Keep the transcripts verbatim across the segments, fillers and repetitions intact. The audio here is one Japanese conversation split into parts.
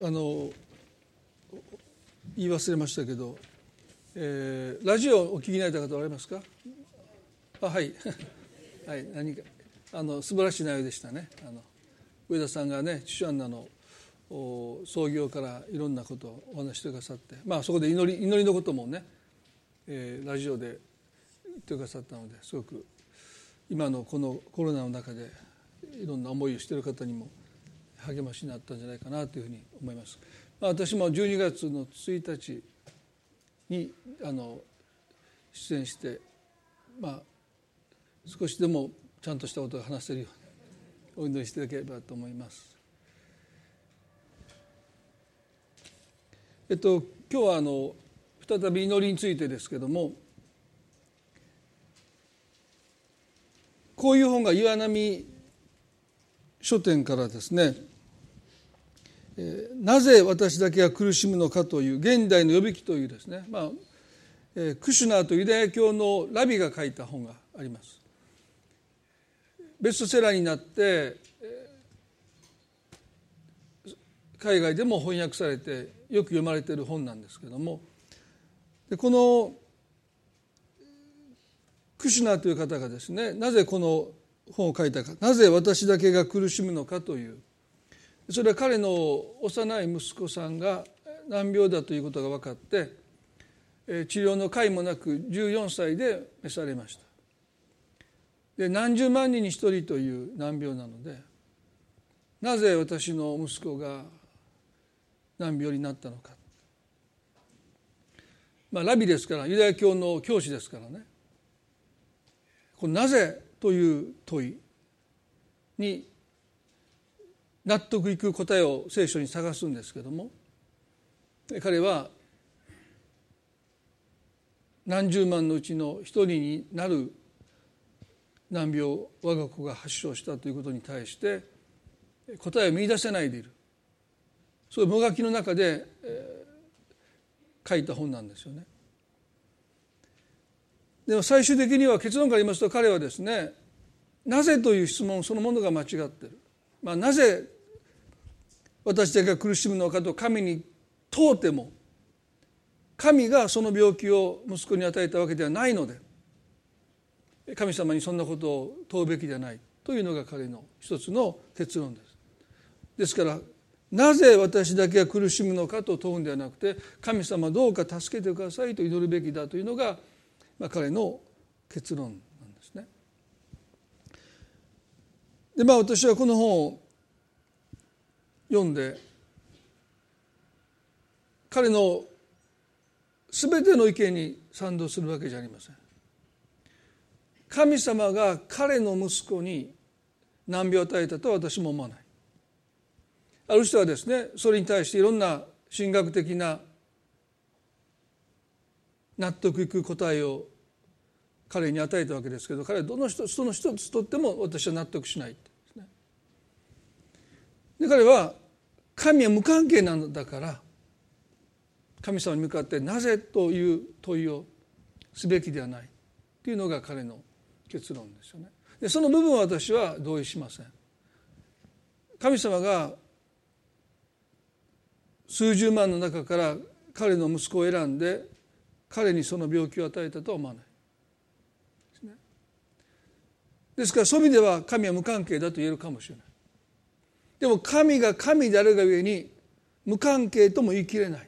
あの言い忘れましたけど、えー、ラジオをお聞きになった方おられますか？あ、はいはい、何かあの素晴らしい内容でしたね。あの上田さんがね、チュシュアンナの創業からいろんなことをお話してくださって、まあそこで祈り祈りのこともね、えー、ラジオで言ってくださったので、すごく今のこのコロナの中でいろんな思いをしている方にも励ましになったんじゃないかなというふうに思います。まあ、私もじゅうにがつのついたちにあの出演して、まあ、少しでもちゃんとしたことが話せるようにお祈りしていただければと思います。えっと今日はあの再び祈りについてですけども、こういう本が岩波書店からですね、なぜ私だけが苦しむのかという現代の予備記というですね、まあえー、クシュナーというユダヤ教のラビが書いた本があります。ベストセラーになって、えー、海外でも翻訳されてよく読まれている本なんですけども、でこのクシュナーという方がですね、なぜこの本を書いたか、なぜ私だけが苦しむのかという、それは彼の幼い息子さんが難病だということが分かって、治療の甲斐もなくじゅうよんさいで召されました。で何十万人に一人という難病なので、なぜ私の息子が難病になったのか、まあ、ラビですから、ユダヤ教の教師ですからね、これなぜという問いに納得いく答えを聖書に探すんですけども、彼は何十万のうちの一人になる難病を我が子が発症したということに対して答えを見出せないでいる、そういうもがきの中で、えー、書いた本なんですよね。でも最終的には結論から言いますと、彼はですね、なぜという質問そのものが間違っている、まあ、なぜ私だけが苦しむのかと神に問うても、神がその病気を息子に与えたわけではないので、神様にそんなことを問うべきではないというのが彼の一つの結論です。ですから、なぜ私だけが苦しむのかと問うんではなくて、神様どうか助けてくださいと祈るべきだというのが、まあ、彼の結論なんですね。でまあ私はこの本を読んで、彼のすべての意見に賛同するわけじゃありません。神様が彼の息子に難病を与えたとは私も思わない。ある人はですね、それに対していろんな神学的な納得いく答えを彼に与えたわけですけど、彼はどの一つその一つとっても私は納得しないですね。で彼は神は無関係なのだから、神様に向かってなぜという問いをすべきではないというのが彼の結論ですよね。でその部分は私は同意しません。神様が数十万の中から彼の息子を選んで彼にその病気を与えたとは思わないですね。ですからそういう意味では神は無関係だと言えるかもしれない。でも神が神であるがゆえに無関係とも言い切れない。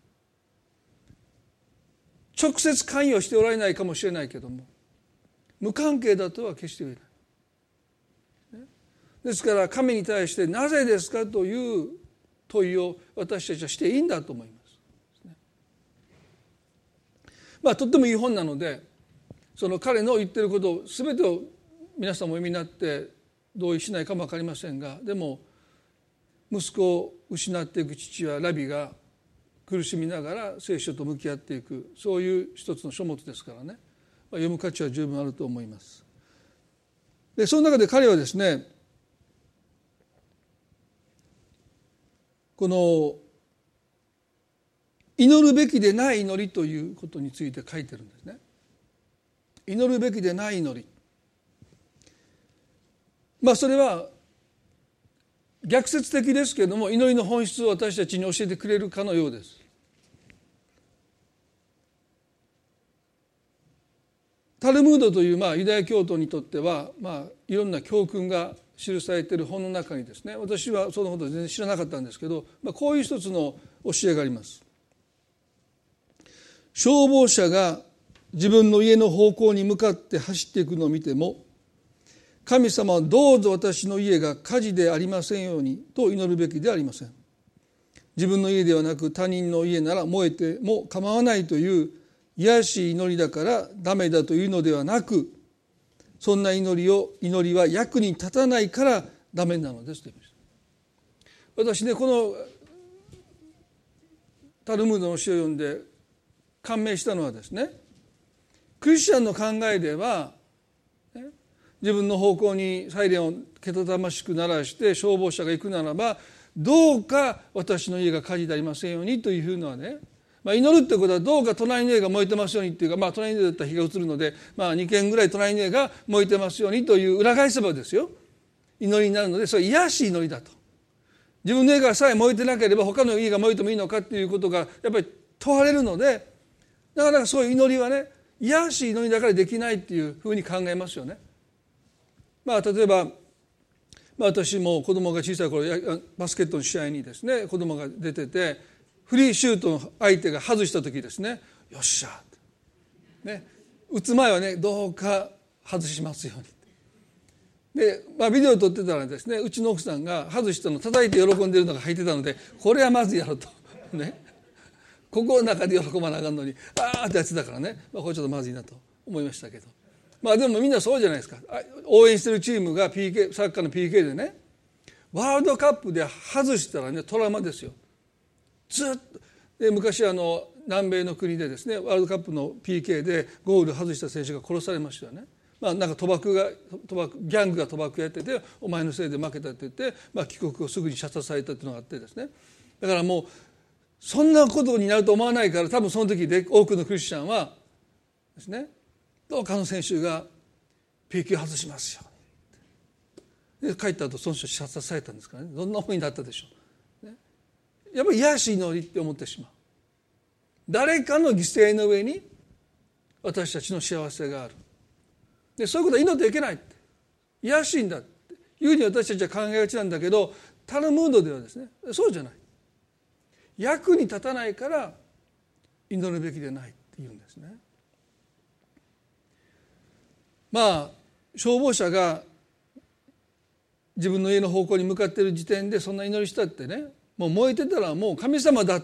直接関与しておられないかもしれないけども、無関係だとは決して言えない。ですから神に対してなぜですかという問いを私たちはしていいんだと思います。まあとってもいい本なので、その彼の言っていることを全てを皆さんもお読みになって同意しないかも分かりませんが、でも息子を失っていく父はラビが苦しみながら聖書と向き合っていく、そういう一つの書物ですからね、読む価値は十分あると思います。でその中で彼はですね、この祈るべきでない祈りということについて書いてるんですね。祈るべきでない祈り、まあそれは逆説的ですけれども、祈りの本質を私たちに教えてくれるかのようです。タルムードという、まあ、ユダヤ教徒にとっては、まあ、いろんな教訓が記されている本の中にですね、私はそのこと全然知らなかったんですけど、まあ、こういう一つの教えがあります。消防車が自分の家の方向に向かって走っていくのを見ても、神様はどうぞ私の家が火事でありませんようにと祈るべきではありません。自分の家ではなく他人の家なら燃えても構わないという卑しい祈りだからダメだというのではなく、そんな祈りを祈りは役に立たないからダメなのですと言いました。私ね、このタルムードの詩を読んで感銘したのはですね、クリスチャンの考えでは、ね、自分の方向にサイレンをけたたましく鳴らして消防車が行くならば、どうか私の家が火事でありませんようにというふうのはね、まあ、祈るってことはどうか隣の家が燃えてますようにっていうか、まあ、隣の家だったら火が移るので、まあ、に軒ぐらい隣の家が燃えてますようにという裏返せばですよ、祈りになるので、それは卑しい祈りだと。自分の家がさえ燃えてなければ他の家が燃えてもいいのかっていうことがやっぱり問われるので、だからそういう祈りはね、卑しい祈りだからできないっていうふうに考えますよね。まあ、例えば、まあ、私も子供が小さい頃バスケットの試合にですね、子供が出ててフリーシュートの相手が外した時ですね、よっしゃ、ね、打つ前はね、どうか外しますように。で、まあ、ビデオを撮ってたらですね、うちの奥さんが外したのを叩いて喜んでるのが入ってたので、これはまずいやろとね、心の中で喜ばなあかんのにあーってやってたからね、まあ、これちょっとまずいなと思いましたけど、まあでもみんなそうじゃないですか。応援してるチームが ピーケー サッカーの ピーケー でね、ワールドカップで外したらね、トラウマですよ。ずっとで昔あの南米の国でですね、ワールドカップの ピーケー でゴール外した選手が殺されましたよね。まあ、なんか賭博が賭博ギャングが賭博やってて、お前のせいで負けたって言って、まあ、帰国をすぐに射殺されたっていうのがあってですね、だからもうそんなことになると思わないから、多分その時で多くのクリスチャンはですね、どうかの選手が ピーケー 外しますよ。で帰った後その人射殺されたんですからね、どんな思いになったでしょう、ね、やっぱり卑しい祈りって思ってしまう。誰かの犠牲の上に私たちの幸せがある。でそういうことは祈ってはいけないって、卑しいんだっていうふうに私たちは考えがちなんだけど、タルムードではですね、そうじゃない。役に立たないから祈るべきでないって言うんですね。まあ消防車が自分の家の方向に向かっている時点でそんな祈りしたってね、もう燃えてたらもう神様だって、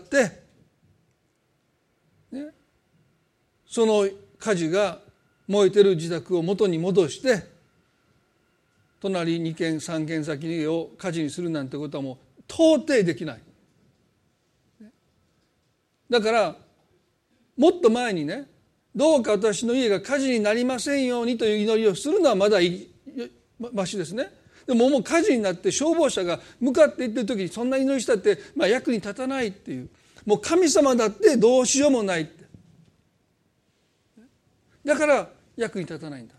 ね、その火事が燃えてる自宅を元に戻して隣に軒さん軒先を火事にするなんてことはもう到底できない。だからもっと前にね、どうか私の家が火事になりませんようにという祈りをするのはまだいいましですね。でももう火事になって消防車が向かっていってる時にそんな祈りしたって、まあ、役に立たないっていう、もう神様だってどうしようもないって、だから役に立たないんだ。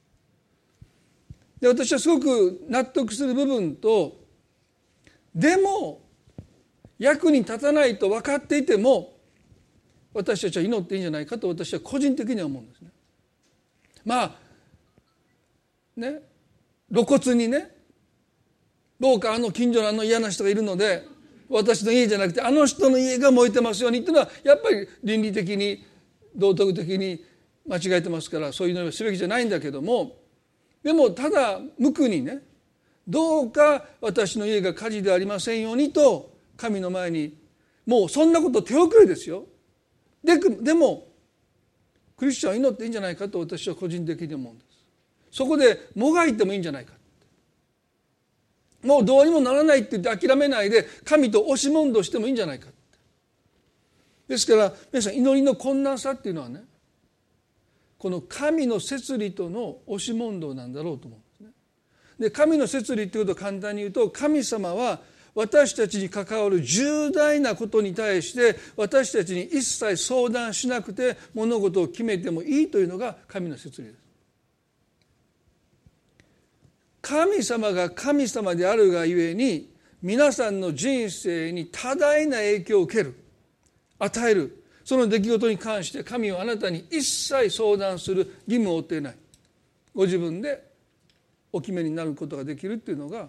で私はすごく納得する部分と、でも役に立たないと分かっていても私たちは祈っていいんじゃないかと私は個人的には思うんですね。まあね、露骨にね、どうかあの近所のあの嫌な人がいるので私の家じゃなくてあの人の家が燃えてますようにっていうのはやっぱり倫理的に道徳的に間違えてますから、そういうのをすべきじゃないんだけども、でもただ無垢にね、どうか私の家が火事でありませんようにと神の前に、もうそんなこと手遅れですよ。で, でもクリスチャンは祈っていいんじゃないかと私は個人的に思うんです。そこでもがいてもいいんじゃないか、もうどうにもならないって言って諦めないで神と押し問答してもいいんじゃないか。ですから皆さん、祈りの困難さっていうのはね、この神の摂理との押し問答なんだろうと思うんですね。で神の摂理っていうことを簡単に言うと、神様は私たちに関わる重大なことに対して私たちに一切相談しなくて物事を決めてもいいというのが神の摂理です。神様が神様であるがゆえに皆さんの人生に多大な影響を受ける、与える、その出来事に関して神はあなたに一切相談する義務を負っていない。ご自分でお決めになることができるっていうのが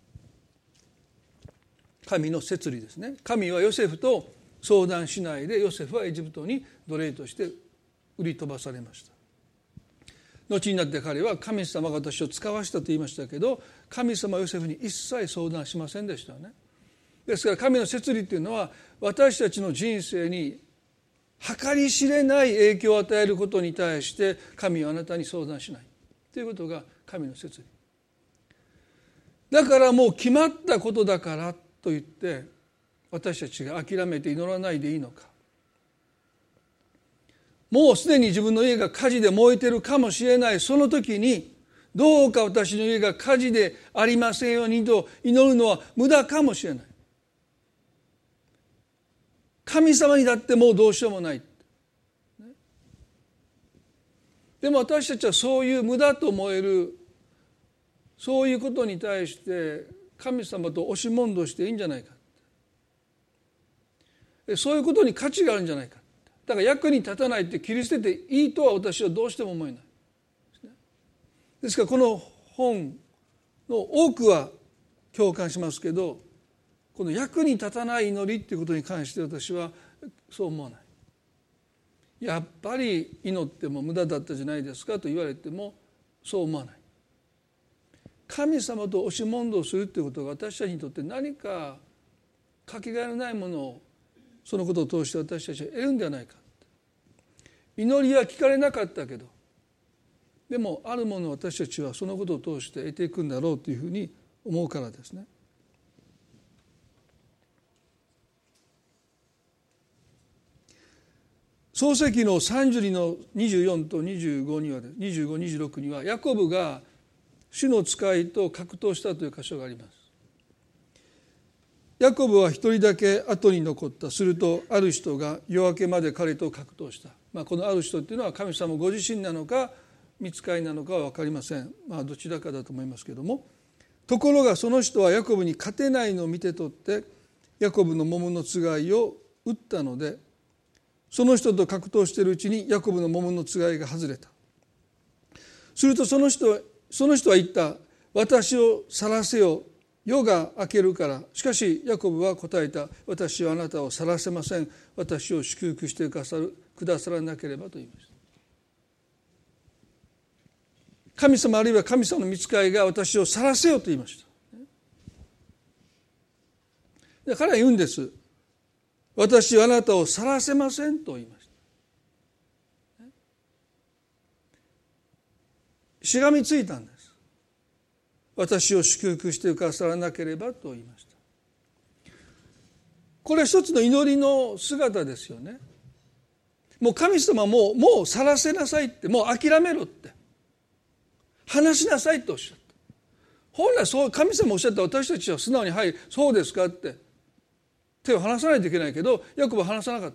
神の摂理ですね。神はヨセフと相談しないで、ヨセフはエジプトに奴隷として売り飛ばされました。後になって彼は神様が私を使わしたと言いましたけど、神様はヨセフに一切相談しませんでしたよね。ですから神の摂理というのは私たちの人生に計り知れない影響を与えることに対して神はあなたに相談しないということが神の摂理だから、もう決まったことだからといって私たちが諦めて祈らないでいいのか。もうすでに自分の家が火事で燃えているかもしれないその時に、どうか私の家が火事でありませんようにと祈るのは無駄かもしれない。神様にだってもうどうしようもない。でも私たちはそういう無駄と思えるそういうことに対して神様と押し問答していいんじゃないか、そういうことに価値があるんじゃないか。だから役に立たないって切り捨てていいとは私はどうしても思えない。ですからこの本の多くは共感しますけど、この役に立たない祈りっていうことに関して私はそう思わない。やっぱり祈っても無駄だったじゃないですかと言われてもそう思わない。神様と押し問答するということが私たちにとって何かかけがえのないものをそのことを通して私たちは得るんではないか。祈りは聞かれなかったけど、でもあるものを私たちはそのことを通して得ていくんだろうというふうに思うからですね。創世記のさんじゅうにのにじゅうよんとにじゅうごにはにじゅうご、にじゅうろくにはヤコブが主の使いと格闘したという箇所があります。ヤコブは一人だけ後に残った。するとある人が夜明けまで彼と格闘した。まあ、このある人っていうのは神様ご自身なのか御使いなのかは分かりません。まあどちらかだと思いますけども、ところがその人はヤコブに勝てないのを見て取ってヤコブの桃のつがいを打ったので、その人と格闘しているうちにヤコブの桃のつがいが外れた。するとその人はその人は言った。私を晒せよ、夜が明けるから。しかしヤコブは答えた。私はあなたを晒せません。私を祝福してくださるくださらなければと言いました。神様あるいは神様の御使いが私を晒せよと言いました。で彼は言うんです。私はあなたを晒せませんと言いました。しがみついたんです。私を祝福してくださらなければと言いました。これは一つの祈りの姿ですよね。もう神様はもう、もう晒せなさいって、もう諦めろって。話しなさいとおっしゃった。本来そう神様おっしゃった私たちは素直にはいそうですかって手を離さないといけないけど、ヤコブは離さなかった。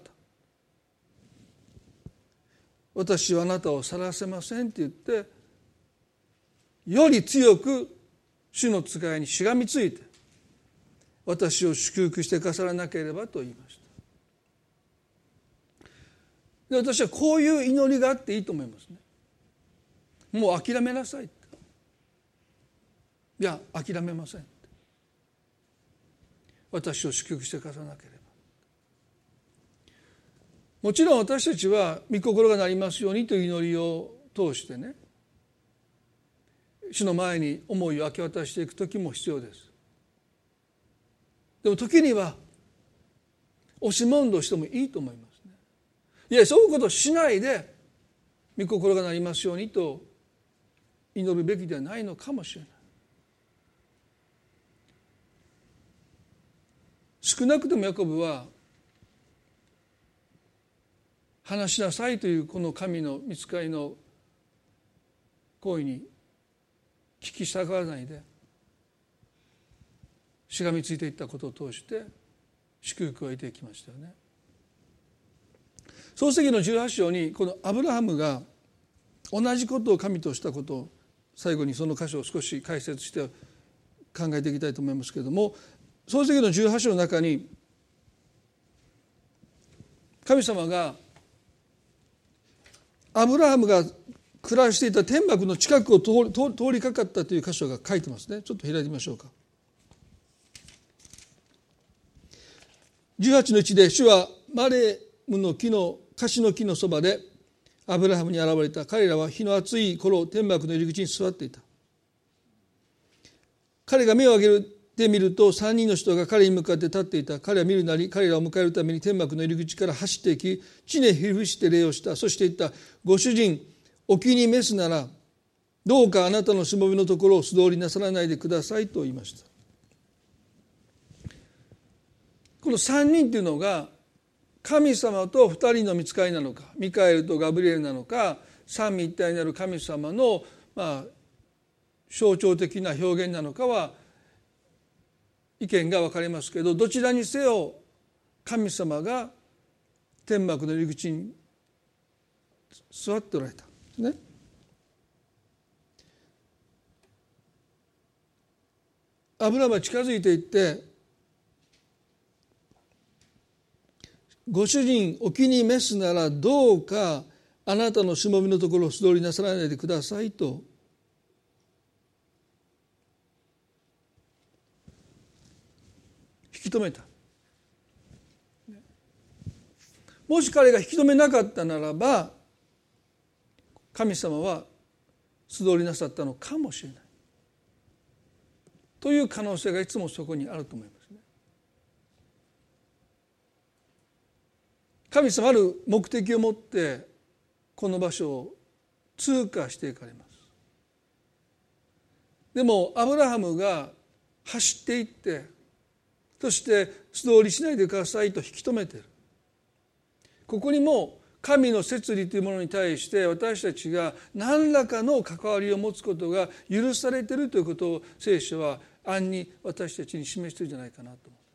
私はあなたを晒せませんって言ってより強く主の使いにしがみついて私を祝福してくださらなければと言いました。で私はこういう祈りがあっていいと思いますね。もう諦めなさいって。いや諦めませんって。私を祝福してくださらなければ。もちろん私たちは御心がなりますようにという祈りを通してね、主の前に思いを明け渡していく時も必要です。でも時には押し問答してもいいと思いますね。いやそういうことをしないで御心がなりますようにと祈るべきではないのかもしれない。少なくともヤコブは話しなさいというこの神の御使いの行為に聞き従わないでしがみついていったことを通して祝福を得ていきましたよね。創世記のじゅうはち章にこのアブラハムが同じことを神としたことを最後にその箇所を少し解説して考えていきたいと思いますけれども、 創世記のじゅうはち章の中に神様がアブラハムが暮らしていた天幕の近くを通り、通りかかったという箇所が書いてますね。ちょっと開いてみましょうか。じゅうはちのいちで、主はマレムの木の樫の木のそばでアブラハムに現れた。彼らは日の暑い頃、天幕の入り口に座っていた。彼が目を上げてみると、三人の人が彼に向かって立っていた。彼は見るなり、彼らを迎えるために天幕の入り口から走っていき、地にひれ伏して礼をした。そして言った。ご主人、お気に召すなら、どうかあなたのしもべのところを素通りなさらないでくださいと言いました。この三人というのが神様と二人の御使いなのか、ミカエルとガブリエルなのか、三位一体になる神様の、まあ、象徴的な表現なのかは意見が分かりますけど、どちらにせよ神様が天幕の入り口に座っておられたんですね。アブラハムは近づいていって、ご主人お気に召すならどうかあなたのしもべのところを素通りなさらないでくださいと引き止めた。もし彼が引き止めなかったならば、神様は素通りなさったのかもしれないという可能性がいつもそこにあると思いますね。神様ある目的を持ってこの場所を通過していかれます。でもアブラハムが走っていって、そして素通りしないでくださいと引き止めている。ここにも神の摂理というものに対して私たちが何らかの関わりを持つことが許されているということを聖書は暗に私たちに示しているんじゃないかなと思う。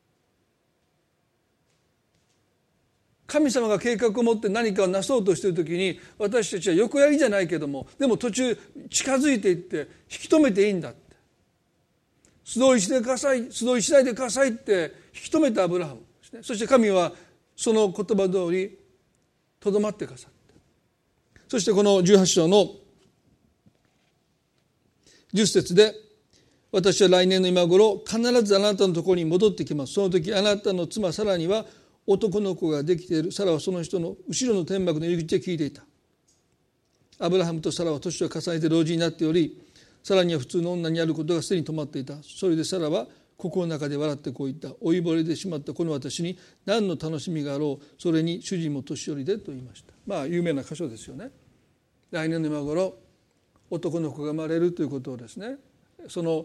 神様が計画を持って何かをなそうとしているときに、私たちは横やりじゃないけども、でも途中近づいていって引き止めていいんだって、素通りしてください、素通りしないでくださいって引き止めたアブラハムですね。そして神はその言葉通りとどまってくださった。そしてこのじゅうはち章のじゅっ節で、私は来年の今頃必ずあなたのところに戻ってきます。その時あなたの妻サラには男の子ができている。サラはその人の後ろの天幕の入り口で聞いていた。アブラハムとサラは年を重ねて老人になっており、サラには普通の女にあることがすでに止まっていた。それでサラは心の中で笑ってこう言った。老いぼれてしまったこの私に何の楽しみがあろう。それに主人も年寄りでと言いました。まあ有名な箇所ですよね。来年の今頃男の子が生まれるということをですね、その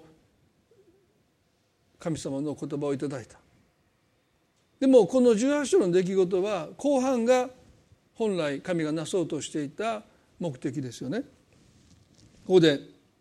神様の言葉をいただいた。でもこのじゅうはち章の出来事は後半が本来神がなそうとしていた目的ですよね。ここで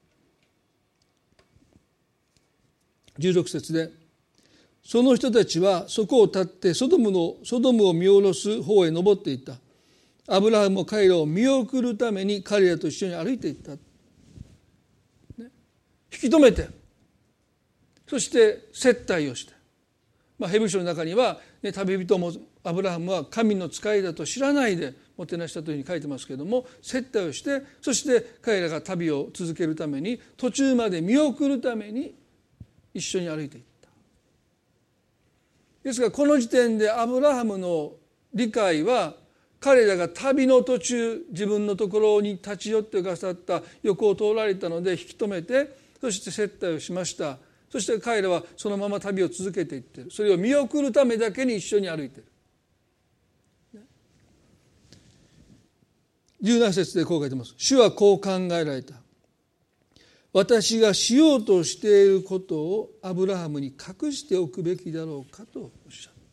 じゅうろく節で、その人たちはそこを立ってソドムのソドムを見下ろす方へ登っていった。アブラハムも彼らを見送るために彼らと一緒に歩いていった、ね、引き止めて、そして接待をして、まあ、ヘブル書の中には、ね、旅人もアブラハムは神の使いだと知らないでもてなしたというふうに書いてますけれども、接待をして、そして彼らが旅を続けるために途中まで見送るために一緒に歩いていった。ですからこの時点でアブラハムの理解は、彼らが旅の途中自分のところに立ち寄ってくださった横を通られたので引き止めて、そして接待をしました。そして彼らはそのまま旅を続けていっている。それを見送るためだけに一緒に歩いている。じゅうなな節でこう書いてます。主はこう考えられた。私がしようとしていることをアブラハムに隠しておくべきだろうかとおっしゃった。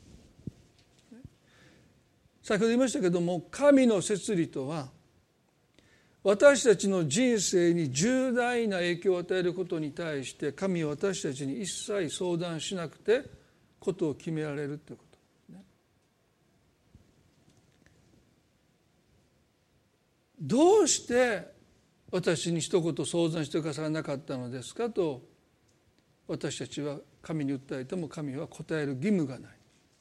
先ほど言いましたけども、神の摂理とは私たちの人生に重大な影響を与えることに対して神は私たちに一切相談しなくてことを決められるということですね。どうして私に一言相談してくださらなかったのですかと私たちは神に訴えても神は答える義務がない。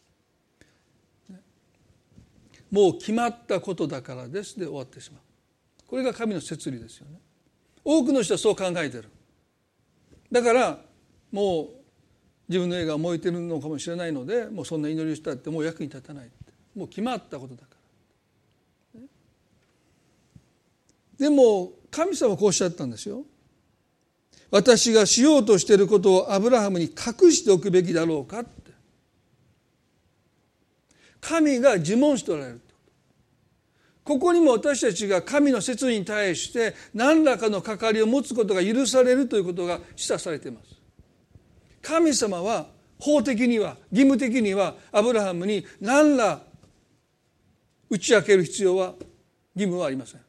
もう決まったことだからですで終わってしまう。これが神の摂理ですよね。多くの人はそう考えてる。だからもう自分の映画が燃えてるのかもしれないので、もうそんな祈りをしたってもう役に立たないって、もう決まったことだから。でも神様はこうおっしゃったんですよ。私がしようとしていることをアブラハムに隠しておくべきだろうかって。神が自問しておられる。ここにも私たちが神の説理に対して何らかの関わりを持つことが許されるということが示唆されています。神様は法的には義務的にはアブラハムに何ら打ち明ける必要は義務はありません。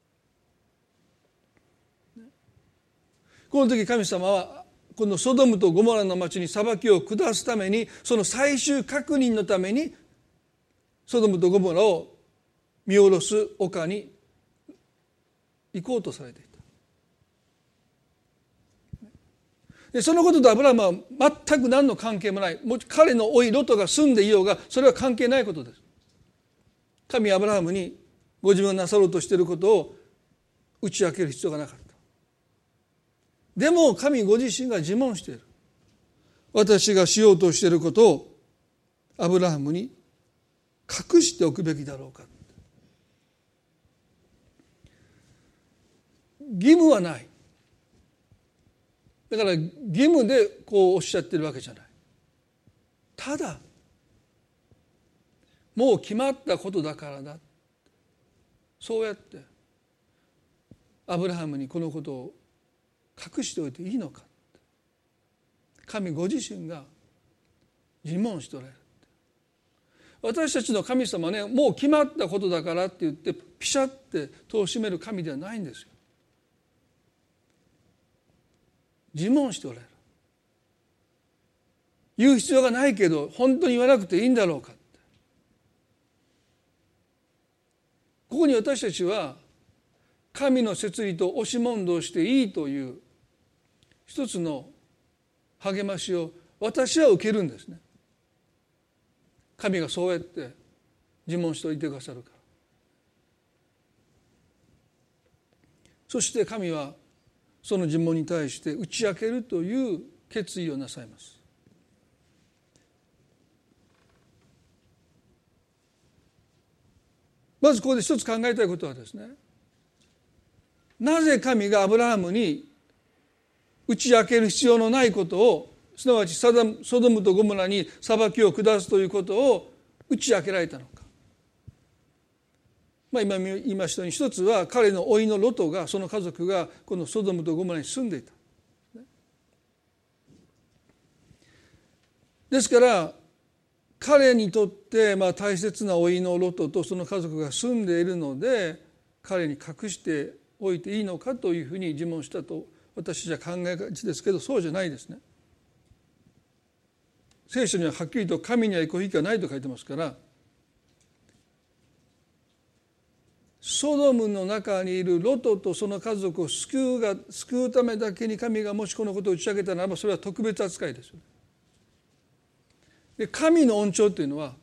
この時神様はこのソドムとゴモラの町に裁きを下すために、その最終確認のためにソドムとゴモラを見下ろす丘に行こうとされていた。でそのこととアブラハムは全く何の関係もない。もう彼の甥ロトが住んでいようがそれは関係ないことです。神はアブラハムにご自分がなさろうとしていることを打ち明ける必要がなかった。でも神ご自身が自問している。私がしようとしていることをアブラハムに隠しておくべきだろうか。義務はない。だから義務でこうおっしゃってるわけじゃない。ただもう決まったことだからだ、そうやってアブラハムにこのことを隠しておいていいのか。神ご自身が自問しておられる。私たちの神様はね、もう決まったことだからって言ってピシャって戸を閉める神ではないんですよ。自問しておられる。言う必要がないけど本当に言わなくていいんだろうかって。ここに私たちは神の摂理と押し問答していいという一つの励ましを私は受けるんですね。神がそうやって自問しておいてくださるから。そして神はその自問に対して打ち明けるという決意をなさいます。まずここで一つ考えたいことはですね、なぜ神がアブラハムに打ち明ける必要のないことを、すなわちソドムとゴモラに裁きを下すということを打ち明けられたのか。まあ、今言いましたように、一つは彼の甥のロトが、その家族がこのソドムとゴモラに住んでいた。ですから彼にとってまあ大切な甥のロトとその家族が住んでいるので、彼に隠しておいていいのかというふうに自問したと私じゃ考えがちですけど、そうじゃないですね。聖書にははっきりと神にはごひいきはないと書いてますから、ソドムの中にいるロトとその家族を救うが救うためだけに神がもしこのことを打ち上げたならば、それは特別扱いですよね。で、神の恩寵というのは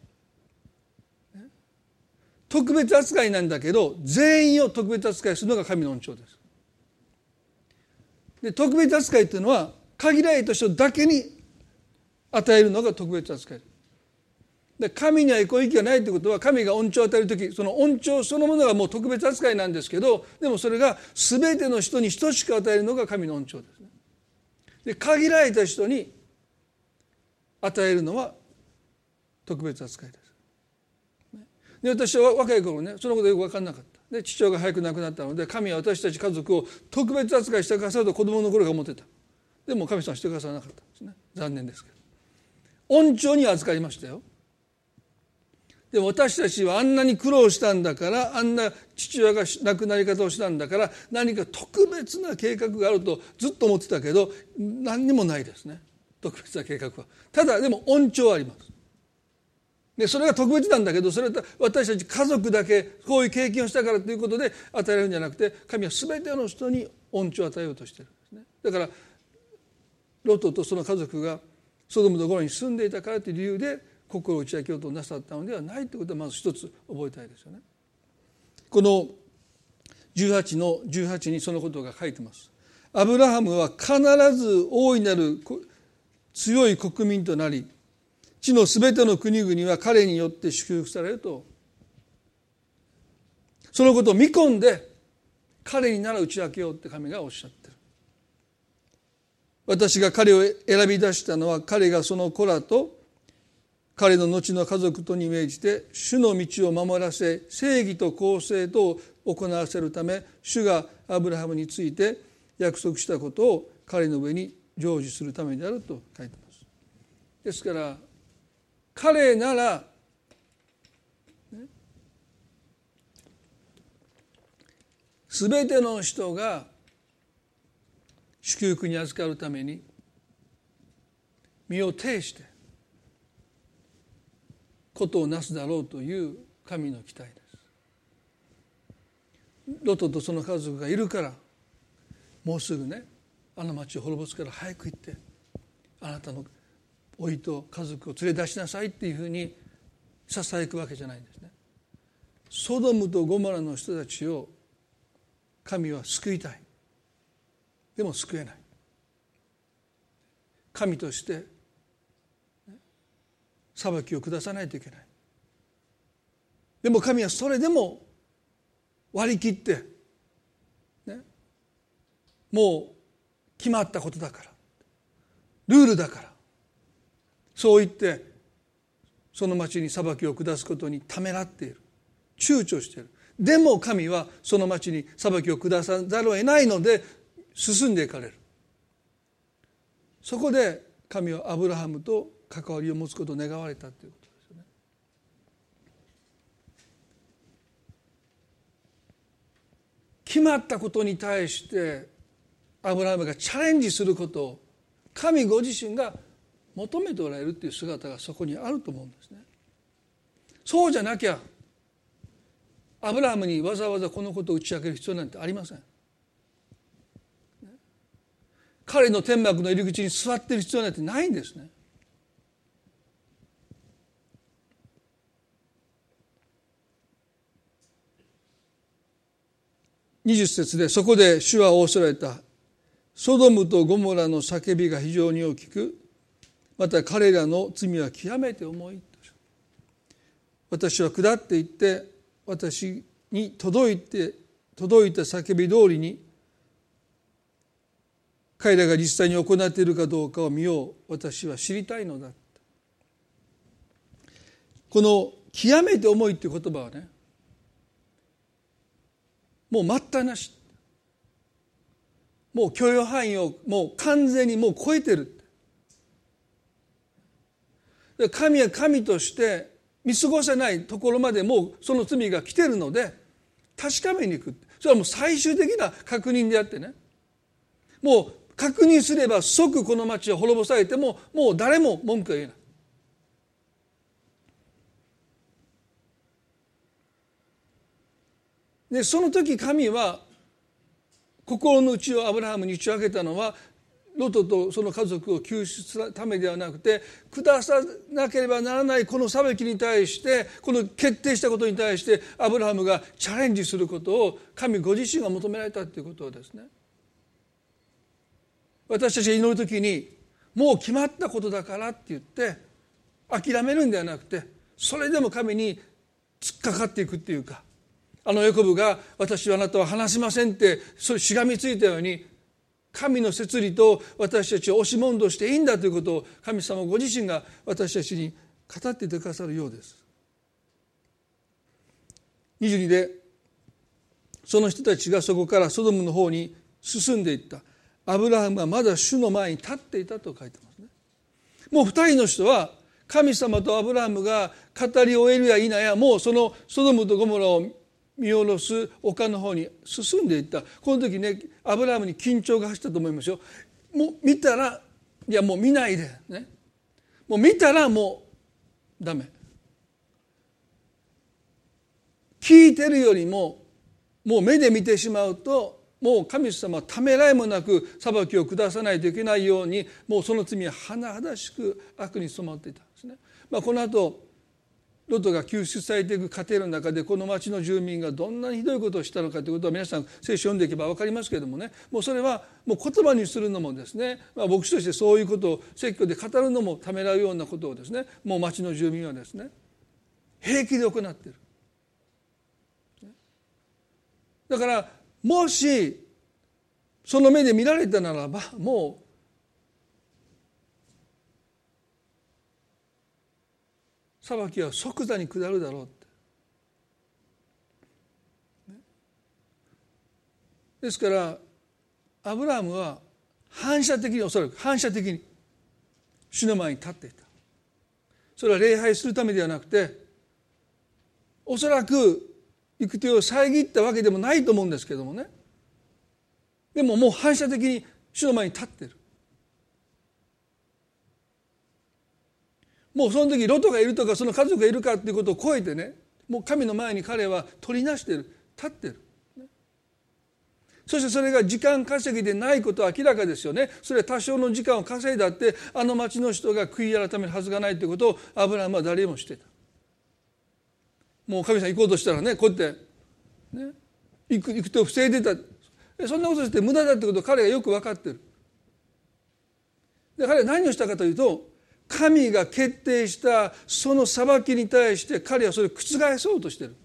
特別扱いなんだけど、全員を特別扱いするのが神の恩寵です。で、特別扱いというのは限られた人だけに与えるのが特別扱いです。で、神にはごひいきがないということは、神が恩寵を与えるとき、その恩寵そのものがもう特別扱いなんですけど、でもそれが全ての人に等しく与えるのが神の恩寵ですね。で、限られた人に与えるのは特別扱いです。で、私は若い頃ね、そのことよく分からなかった。で、父親が早く亡くなったので、神は私たち家族を特別扱いしてくださると子供の頃が思ってた。でも神様はしてくださらなかったんですね。残念ですけど。恩寵には預かりましたよ。でも私たちはあんなに苦労したんだから、あんな父親が亡くなり方をしたんだから、何か特別な計画があるとずっと思ってたけど、何にもないですね、特別な計画は。ただでも恩寵はあります。で、それが特別なんだけど、それは私たち家族だけこういう経験をしたからということで与えられるんじゃなくて、神は全ての人に恩寵を与えようとしているんですね。だからロトとその家族がソドムとゴモラに住んでいたからという理由で心を打ち明けようとなさったのではないということをまず一つ覚えたいですよね。このじゅうはちのじゅうはちにそのことが書いてます。アブラハムは必ず大いなる強い国民となり、地のすべての国々は彼によって祝福されると、そのことを見込んで彼になら打ち明けようって神がおっしゃってる。私が彼を選び出したのは、彼がその子らと彼の後の家族とに命じて主の道を守らせ、正義と公正と行わせるため、主がアブラハムについて約束したことを彼の上に成就するためであると書いてます。ですから彼なら、ね、全ての人が祝福に預かるために身を挺してことをなすだろうという神の期待です。ロトとその家族がいるから、もうすぐね、あの町を滅ぼすから早く行ってあなたの老いと家族を連れ出しなさいっていうふうにささやくわけじゃないんですね。ソドムとゴモラの人たちを神は救いたい。でも救えない。神として裁きを下さないといけない。でも神はそれでも割り切って、ね、もう決まったことだから、ルールだから、そう言ってその町に裁きを下すことにためらっている、躊躇している。でも神はその町に裁きを下さざるを得ないので進んでいかれる。そこで神はアブラハムと関わりを持つことを願われたということですよね。決まったことに対してアブラハムがチャレンジすることを神ご自身が求めておられるという姿がそこにあると思うんですね。そうじゃなきゃアブラハムにわざわざこのことを打ち明ける必要なんてありません。彼の天幕の入り口に座っている必要なんてないんですね。にじゅっ節で、そこで主は仰せられた。ソドムとゴモラの叫びが非常に大きく、また彼らの罪は極めて重い。私は下っていって私に届いて届いた叫び通りに彼らが実際に行っているかどうかを見よう。私は知りたいのだ。この極めて重いという言葉はね、もう待ったなし、もう許容範囲をもう完全にもう超えてる。神は神として見過ごせないところまでもうその罪が来てるので確かめに行く。それはもう最終的な確認であってね、もう確認すれば即この町は滅ぼされてももう誰も文句は言えない。でその時神は心の内をアブラハムに打ち明けたのは、ロトとその家族を救出するためではなくて、下さなければならないこの裁きに対して、この決定したことに対してアブラハムがチャレンジすることを神ご自身が求められたということですね。私たちが祈るときにもう決まったことだからって言って諦めるんではなくて、それでも神に突っかかっていくっていうか、あのヤコブが私はあなたは離しませんってそれしがみついたように、神の摂理と私たちを押し問答していいんだということを神様ご自身が私たちに語っていてくださるようです。にじゅうにで、その人たちがそこからソドムの方に進んでいった。アブラハムはまだ主の前に立っていたと書いてますね。もう二人の人は神様とアブラハムが語り終えるや否や、もうそのソドムとゴモラを見下ろす丘の方に進んでいった。この時ね、アブラハムに緊張が走ったと思いますよ。もう見たら、いやもう見ないでね、もう見たらもうダメ、聞いてるよりももう目で見てしまうともう神様はためらいもなく裁きを下さないといけないように、もうその罪は甚だしく悪に染まっていたんですね。まあ、この後ロトが救出されていく過程の中で、この町の住民がどんなにひどいことをしたのかということは皆さん聖書を読んでいけば分かりますけれどもね、もうそれはもう言葉にするのもですね、まあ、牧師としてそういうことを説教で語るのもためらうようなことをですね、もう町の住民はですね平気で行っている。だからもしその目で見られたならば、もう裁きは即座に下るだろうって。ですからアブラハムは反射的に、おそらく反射的に主の前に立っていた。それは礼拝するためではなくて、おそらく行く手を遮ったわけでもないと思うんですけどもね、でももう反射的に主の前に立っている。もうその時ロトがいるとかその家族がいるかっていうことを超えてね、もう神の前に彼は取りなしている、立っている。そしてそれが時間稼ぎでないことは明らかですよね。それは多少の時間を稼いだってあの町の人が悔い改めるはずがないということをアブラハムは誰も知っていた。もう神様行こうとしたらね、こうやって、ね、行く、行く手を防いでた。そんなことして無駄だってことを彼がよく分かっている。で彼は何をしたかというと、神が決定したその裁きに対して彼はそれを覆そうとしている。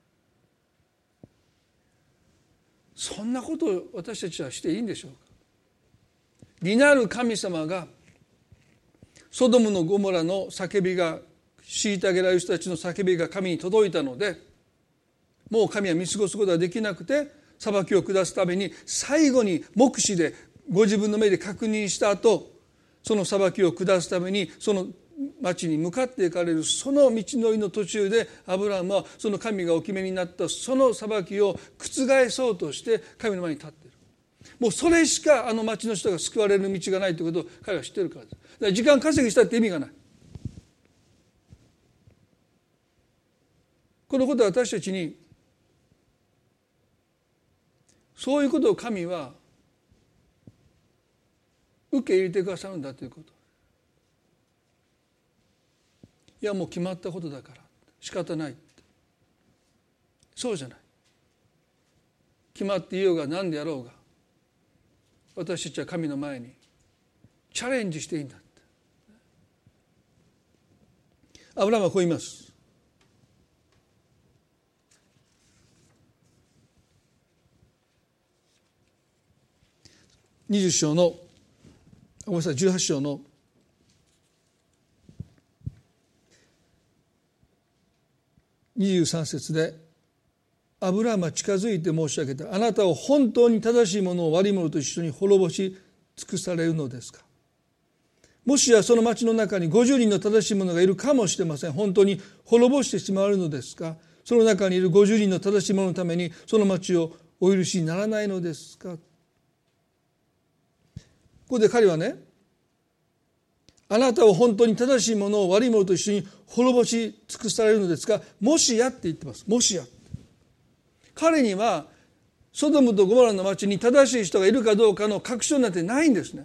そんなことを私たちはしていいんでしょうか。義なる神様がソドムのゴモラの叫びが、虐げられる人たちの叫びが神に届いたので、もう神は見過ごすことができなくて裁きを下すために最後に目視でご自分の目で確認した後、その裁きを下すためにその町に向かっていかれるその道のりの途中で、アブラハムはその神がお決めになったその裁きを覆そうとして神の前に立っている。もうそれしかあの町の人が救われる道がないということを彼は知っているからです。だから時間稼ぎしたって意味がない。このことは私たちに、そういうことを神は受け入れてくださるんだということ。いやもう決まったことだから仕方ないって、そうじゃない。決まっていようが何でやろうが、私たちは神の前にチャレンジしていいんだって。アブラハムはこう言います。にじゅう章のごめんなさいじゅうはち章のにじゅうさん節で、アブラハムは近づいて申し上げた。あなたを本当に正しいものを悪いものと一緒に滅ぼし尽くされるのですか。もしやその町の中にごじゅうにんの正しい者がいるかもしれません。本当に滅ぼしてしまうのですか。その中にいるごじゅうにんの正しい者のためにその町をお許しにならないのですか。ここで彼はね、あなたを本当に正しいものを悪いものと一緒に滅ぼし尽くされるのですが、もしやって言ってます。もしや。彼にはソドムとゴモラの町に正しい人がいるかどうかの確証なんてないんですね。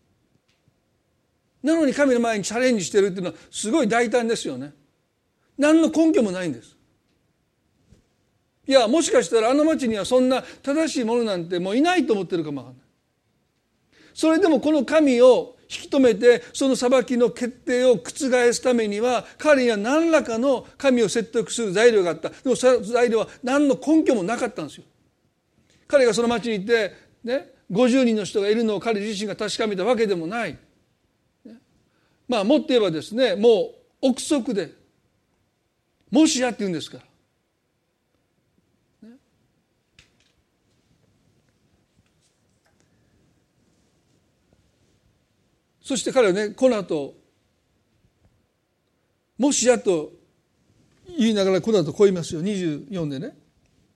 なのに神の前にチャレンジしているっていうのはすごい大胆ですよね。何の根拠もないんです。いやもしかしたらあの町にはそんな正しいものなんてもういないと思ってるかもわからない。それでもこの神を引き止めてその裁きの決定を覆すためには彼には何らかの神を説得する材料があった。でもその材料は何の根拠もなかったんですよ。彼がその町に行って、ね、ごじゅうにんの人がいるのを彼自身が確かめたわけでもない、ね、まあもっと言えばですね、もう憶測でもしやって言うんですから、ね、そして彼はね、この後もしやと言いながらこの後こう言いますよ。にじゅうよんでね、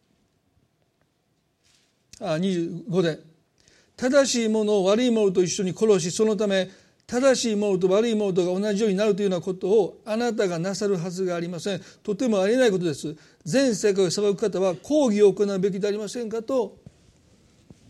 あにじゅうごで、正しいものを悪いものと一緒に殺し、そのため正しいものと悪いものとが同じようになるというようなことをあなたがなさるはずがありません。とてもありえないことです。全世界を裁く方は公義を行うべきでありませんかと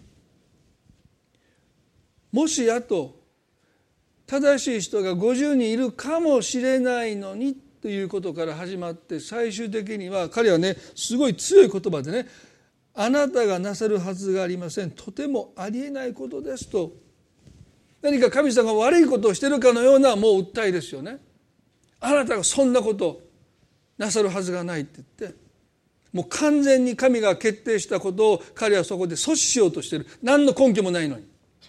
もしやと正しい人がごじゅうにんいるかもしれないのにということから始まって、最終的には彼はねすごい強い言葉でね、あなたがなさるはずがありません、とてもありえないことですと、何か神様が悪いことをしているかのようなもう訴えですよね。あなたがそんなことをなさるはずがないって言って、もう完全に神が決定したことを彼はそこで阻止しようとしている。何の根拠もないのに。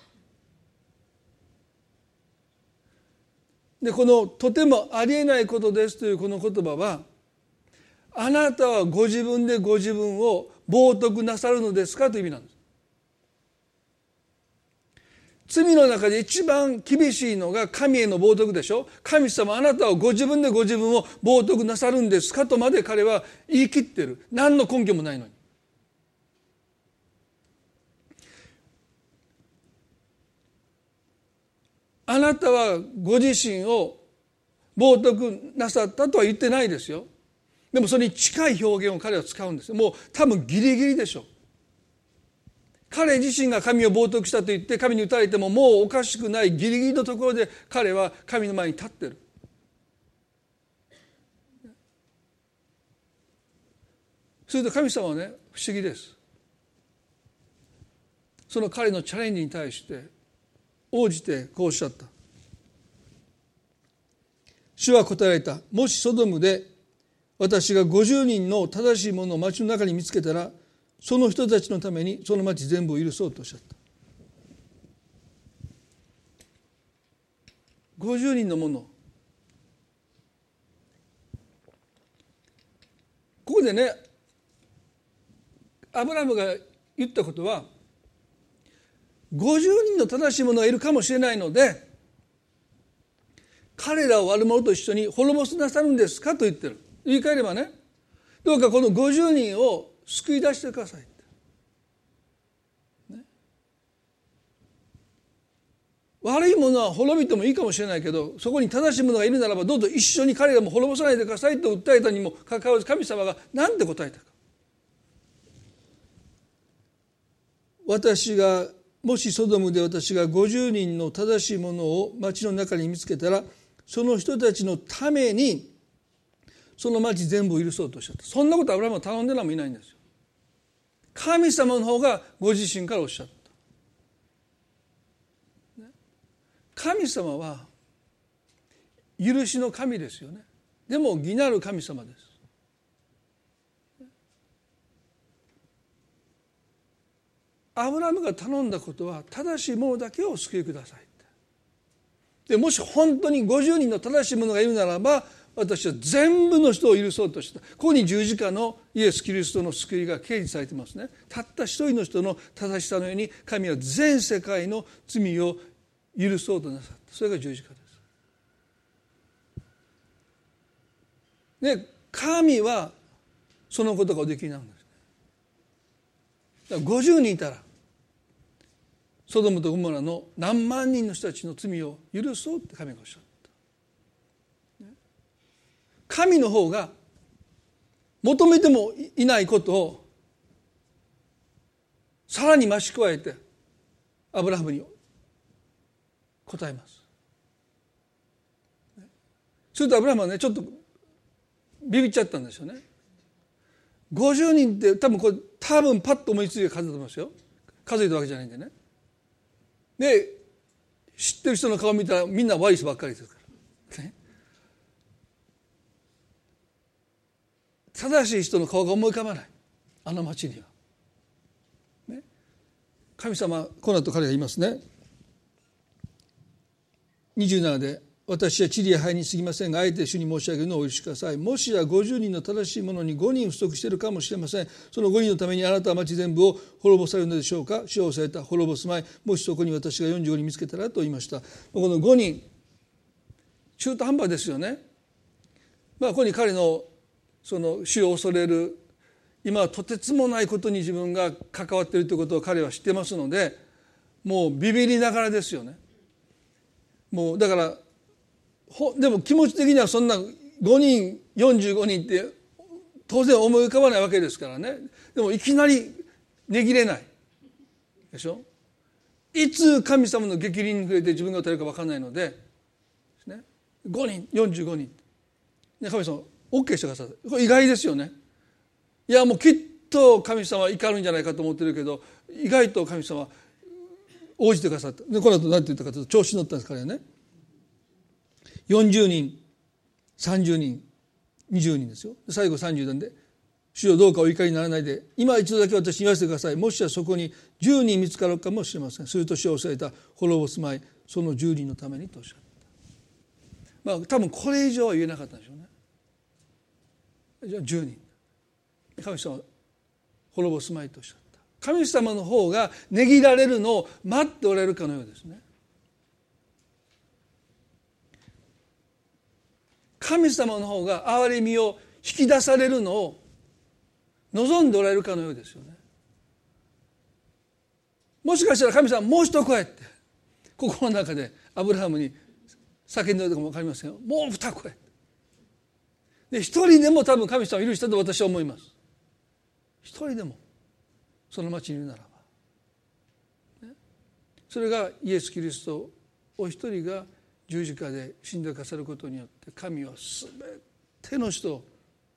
でこのとてもありえないことですというこの言葉は、あなたはご自分でご自分を冒涜なさるのですかという意味なんです。罪の中で一番厳しいのが神への冒涜でしょ。神様あなたはご自分でご自分を冒涜なさるんですかとまで彼は言い切っている。何の根拠もないのに。あなたはご自身を冒涜なさったとは言ってないですよ。でもそれに近い表現を彼は使うんです。もう多分ギリギリでしょう。彼自身が神を冒涜したと言って神に打たれてももうおかしくないギリギリのところで彼は神の前に立っている。すると神様はね不思議です。その彼のチャレンジに対して応じてこうおっしゃった。主は答えられた。もしソドムで私がごじゅうにんの正しい者を町の中に見つけたら、その人たちのためにその町全部を許そうとおっしゃった。ごじゅうにんの者、ここでねアブラハムが言ったことは、ごじゅうにんの正しい者がいるかもしれないので彼らを悪者と一緒に滅ぼしなさるんですかと言ってる。言い換えればね、どうかこのごじゅうにんを救い出してくださいって、ね、悪い者は滅びてもいいかもしれないけど、そこに正しい者がいるならばどうぞ一緒に彼らも滅ぼさないでくださいと訴えたにもかかわらず、神様が何て答えたか。私がもしソドムで私がごじゅうにんの正しい者を町の中に見つけたら、その人たちのためにその町全部を許そうとおっしゃった。そんなことアブラハムは頼んでなんもいないんですよ。神様の方がご自身からおっしゃった。神様は許しの神ですよね。でも義なる神様です。アブラハムが頼んだことは正しい者だけを救いください。でもし本当にごじゅうにんの正しい者がいるならば、私は全部の人を許そうとした。ここに十字架のイエス・キリストの救いが掲示されてますね。たった一人の人の正しさのように神は全世界の罪を許そうとなさった。それが十字架です。で、神はそのことがおできになるんです。だからごじゅうにんいたらソドムとゴモラの何万人の人たちの罪を許そうって神がおっしゃった。神の方が求めてもいないことをさらに増し加えてアブラハムに答えます。するとアブラハムはねちょっとビビっちゃったんですよね。ごじゅうにんって多分これ多分パッと思いついた数だと思いますよ。数えたわけじゃないんでね。で知ってる人の顔見たらみんな悪い人ばっかりですから、ね、正しい人の顔が思い浮かばない、あの町には、ね、神様この後彼が言いますね。にじゅうななで、私は地理や灰に過ぎませんが、あえて主に申し上げるのをお許しください。もしやごじゅうにんの正しい者にごにん不足しているかもしれません。そのごにんのためにあなたは町全部を滅ぼされるのでしょうか。主をされた滅ぼす前、もしそこに私がよんじゅうごにん見つけたらと言いました。このごにん中途半端ですよね。まあここに彼のその主を恐れる、今はとてつもないことに自分が関わっているということを彼は知ってますので、もうビビりながらですよね。もうだからでも気持ち的にはそんなごにんよんじゅうごにんって当然思い浮かばないわけですからね。でもいきなり値切れないでしょ。 いつ神様の逆鱗に触れて自分が打たれるか分からないので、ね、ごにんよんじゅうごにん神様 OK してください。これ意外ですよね。いやもうきっと神様は怒るんじゃないかと思ってるけど、意外と神様は応じてくださった。でこの後何て言ったかというと、調子に乗ったんですからね。よんじゅうにんさんじゅうにんにじゅうにんですよ。最後さんじゅうなんで、主よどうかお怒りにならないで、今一度だけ私に言わせてください。もしやそこにじゅうにん見つかるかもしれません。すると主は抑えた滅ぼすまい、そのじゅうにんのためにとおっしゃった。まあ多分これ以上は言えなかったんでしょうね。じゃあじゅうにん、神様は滅ぼすまいとおっしゃった。神様の方が値切られるのを待っておられるかのようですね。神様の方が憐れみを引き出されるのを望んでおられるかのようですよね。もしかしたら神様もう一声って心の中でアブラハムに叫んでるかも分かりませんよ。もう二声で、一人でも多分神様を許したと私は思います。一人でもその町にいるならば、ね、それがイエス・キリストお一人が十字架で死んでくださることによって神はすべての人を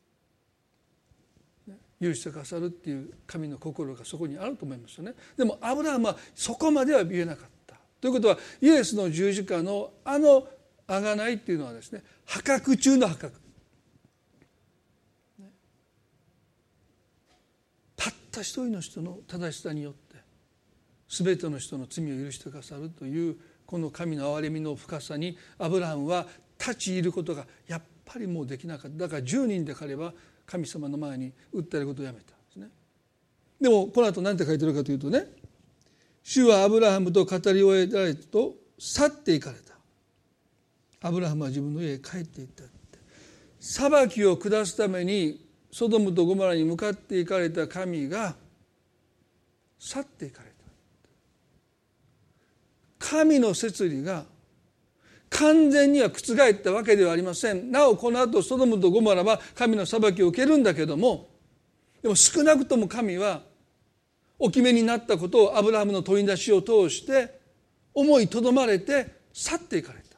許してくださるっていう神の心がそこにあると思いますよね。でもアブラハムはそこまでは言えなかった。ということはイエスの十字架のあの贖いっていうのはですね、破格中の破格。たった一人の人の正しさによって全ての人の罪を許してくださるというこの神の憐れみの深さにアブラハムは立ち入ることがやっぱりもうできなかった。だからじゅうにんで彼は神様の前に訴えることをやめたんですね。でもこの後何て書いてるかというとね、主はアブラハムと語り終えられたと去っていかれた。アブラハムは自分の家へ帰っていったって。裁きを下すためにソドムとゴモラに向かっていかれた神が去っていかれた。神の摂理が完全には覆ったわけではありません。なおこの後ソドムとゴモラは神の裁きを受けるんだけども、でも少なくとも神はお決めになったことをアブラハムの取り出しを通して思いとどまれて去っていかれた。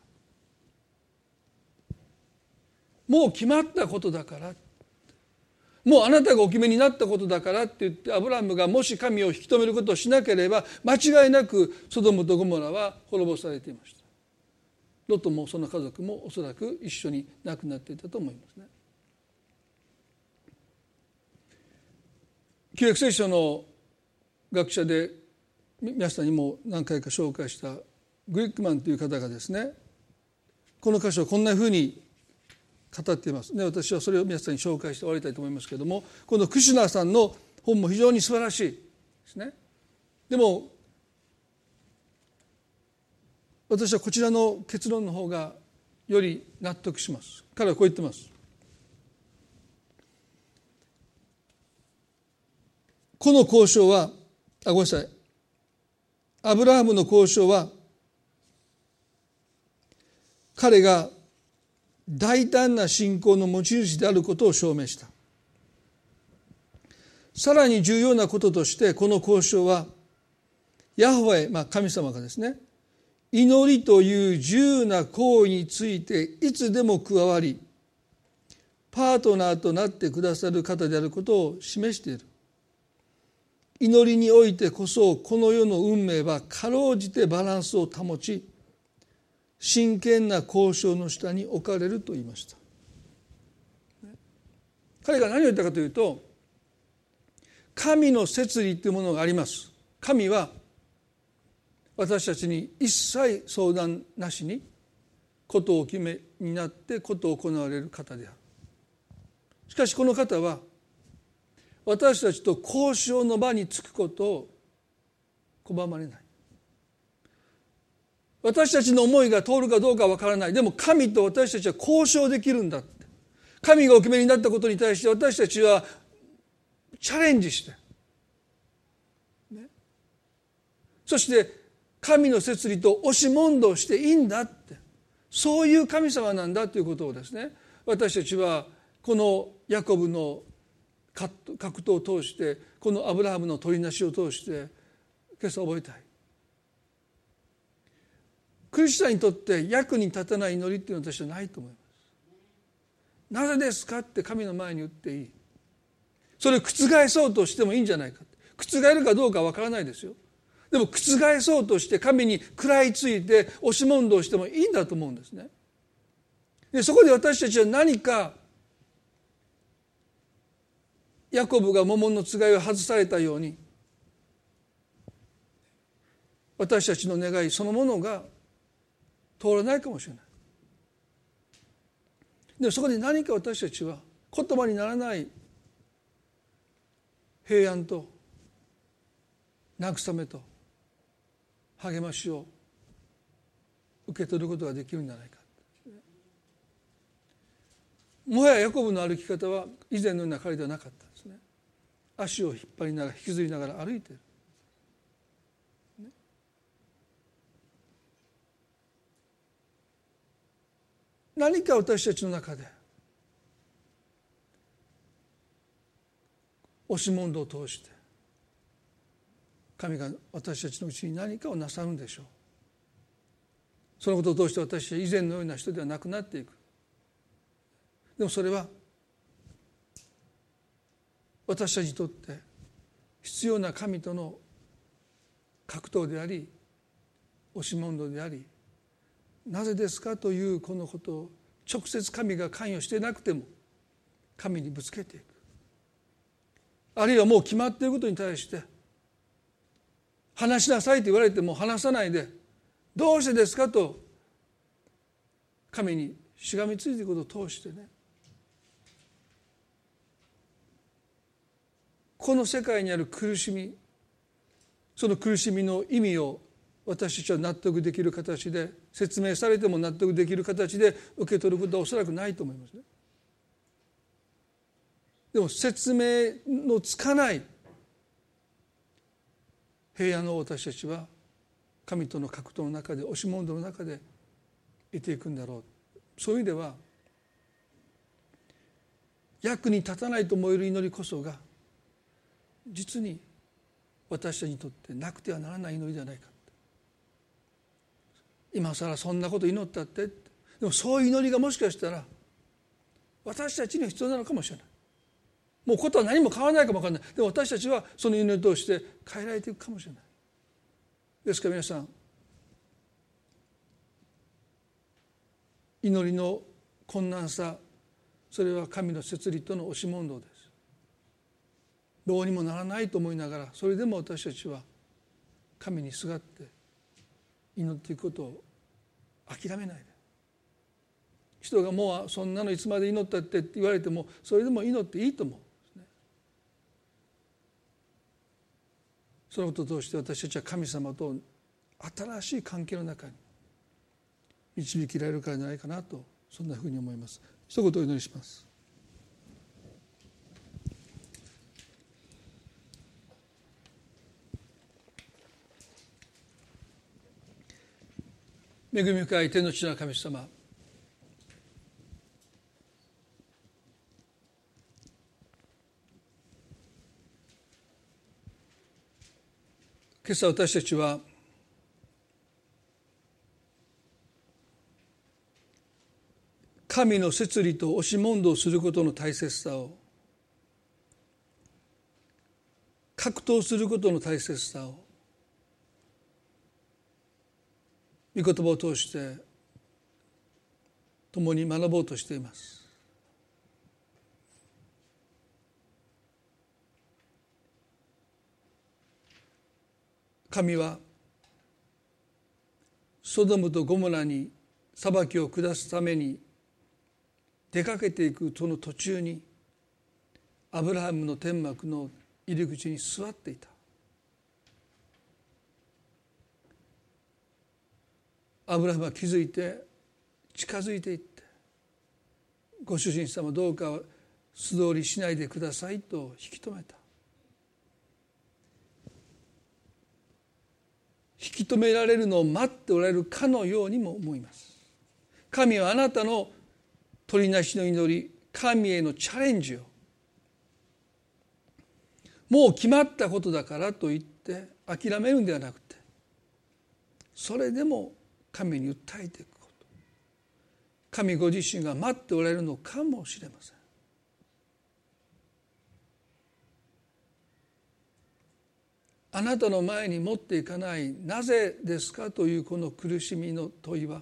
もう決まったことだから、もうあなたがお決めになったことだからって言ってアブラハムがもし神を引き止めることをしなければ間違いなくソドムとゴモラは滅ぼされていました。ロトもその家族もおそらく一緒に亡くなっていたと思いますね。旧約聖書の学者で皆さんにも何回か紹介したグリックマンという方がですね、この箇所をこんなふうに語っていますね。私はそれを皆さんに紹介して終わりたいと思いますけれども、このクシュナーさんの本も非常に素晴らしいですね。でも私はこちらの結論の方がより納得します。彼はこう言ってます。この交渉はあごめんなさいアブラハムの交渉は彼が大胆な信仰の持ち主であることを証明した。さらに重要なこととしてこの交渉はヤホワへ、まあ、神様がですね、祈りという自由な行為についていつでも加わりパートナーとなってくださる方であることを示している。祈りにおいてこそこの世の運命はかろうじてバランスを保ち真剣な交渉の下に置かれると言いました。彼が何を言ったかというと、神の摂理というものがあります。神は私たちに一切相談なしにことをお決めになってことを行われる方である。しかしこの方は私たちと交渉の場につくことを拒まれない。私たちの思いが通るかどうかわからない。でも神と私たちは交渉できるんだって。神がお決めになったことに対して私たちはチャレンジして、ね、そして神の摂理と押し問答していいんだって、そういう神様なんだということをですね、私たちはこのヤコブの格闘を通して、このアブラハムの取りなしを通して今朝覚えたい。 クリスチャンにとって役に立たない祈りっていうのは私はないと思います。なぜですかって神の前に言っていい。それを覆そうとしてもいいんじゃないか。覆るかどうかわからないですよ。でも覆そうとして神に食らいついて押し問答してもいいんだと思うんですね。でそこで私たちは何かヤコブが桃のつがいを外されたように私たちの願いそのものが通らないかもしれない。でもそこで何か私たちは言葉にならない平安と慰めと励ましを受け取ることができるんじゃないか。もはやヤコブの歩き方は以前のような彼ではなかったんですね。足を引っ張りながら引きずりながら歩いている。何か私たちの中で押し問答を通して神が私たちのうちに何かをなさるんでしょう。そのことを通して私は以前のような人ではなくなっていく。でもそれは私たちにとって必要な神との格闘であり押し問答であり、なぜですかというこのことを直接神が関与していなくても神にぶつけていく。あるいはもう決まっていることに対して話しなさいと言われても話さないで、どうしてですかと神にしがみついていくことを通してね、この世界にある苦しみ、その苦しみの意味を私たちは納得できる形で、説明されても納得できる形で受け取ることはおそらくないと思いますね。でも説明のつかない平安を私たちは神との格闘の中で、押し問答の中で得ていくんだろう。そういう意味では役に立たないと思える祈りこそが実に私たちにとってなくてはならない祈りではないか。今更そんなこと祈ったって、でもそういう祈りがもしかしたら私たちには必要なのかもしれない。もうことは何も変わらないかも分からない。でも私たちはその祈りを通して変えられていくかもしれない。ですから皆さん、祈りの困難さ、それは神の摂理との押し問答です。どうにもならないと思いながら、それでも私たちは神にすがって祈っていくことを諦めないで、人がもうそんなのいつまで祈ったって言われてもそれでも祈っていいと思う。そのことを通して私たちは神様と新しい関係の中に導きられるからじゃないかなと、そんなふうに思います。一言お祈りします。恵み深い天の父なる神様、今朝私たちは神の摂理と押し問答することの大切さを、格闘することの大切さを御言葉を通して共に学ぼうとしています。神はソドムとゴモラに裁きを下すために出かけていくその途中にアブラハムの天幕の入り口に座っていた。アブラハムは気づいて近づいていって、ご主人様どうか素通りしないでくださいと引き止めた。引き止められるのを待っておられるかのようにも思います。神はあなたの取りなしの祈り、神へのチャレンジをもう決まったことだからといって諦めるんではなくて、それでも神に訴えていくこと、神ご自身が待っておられるのかもしれません。あなたの前に持っていかないなぜですかというこの苦しみの問いは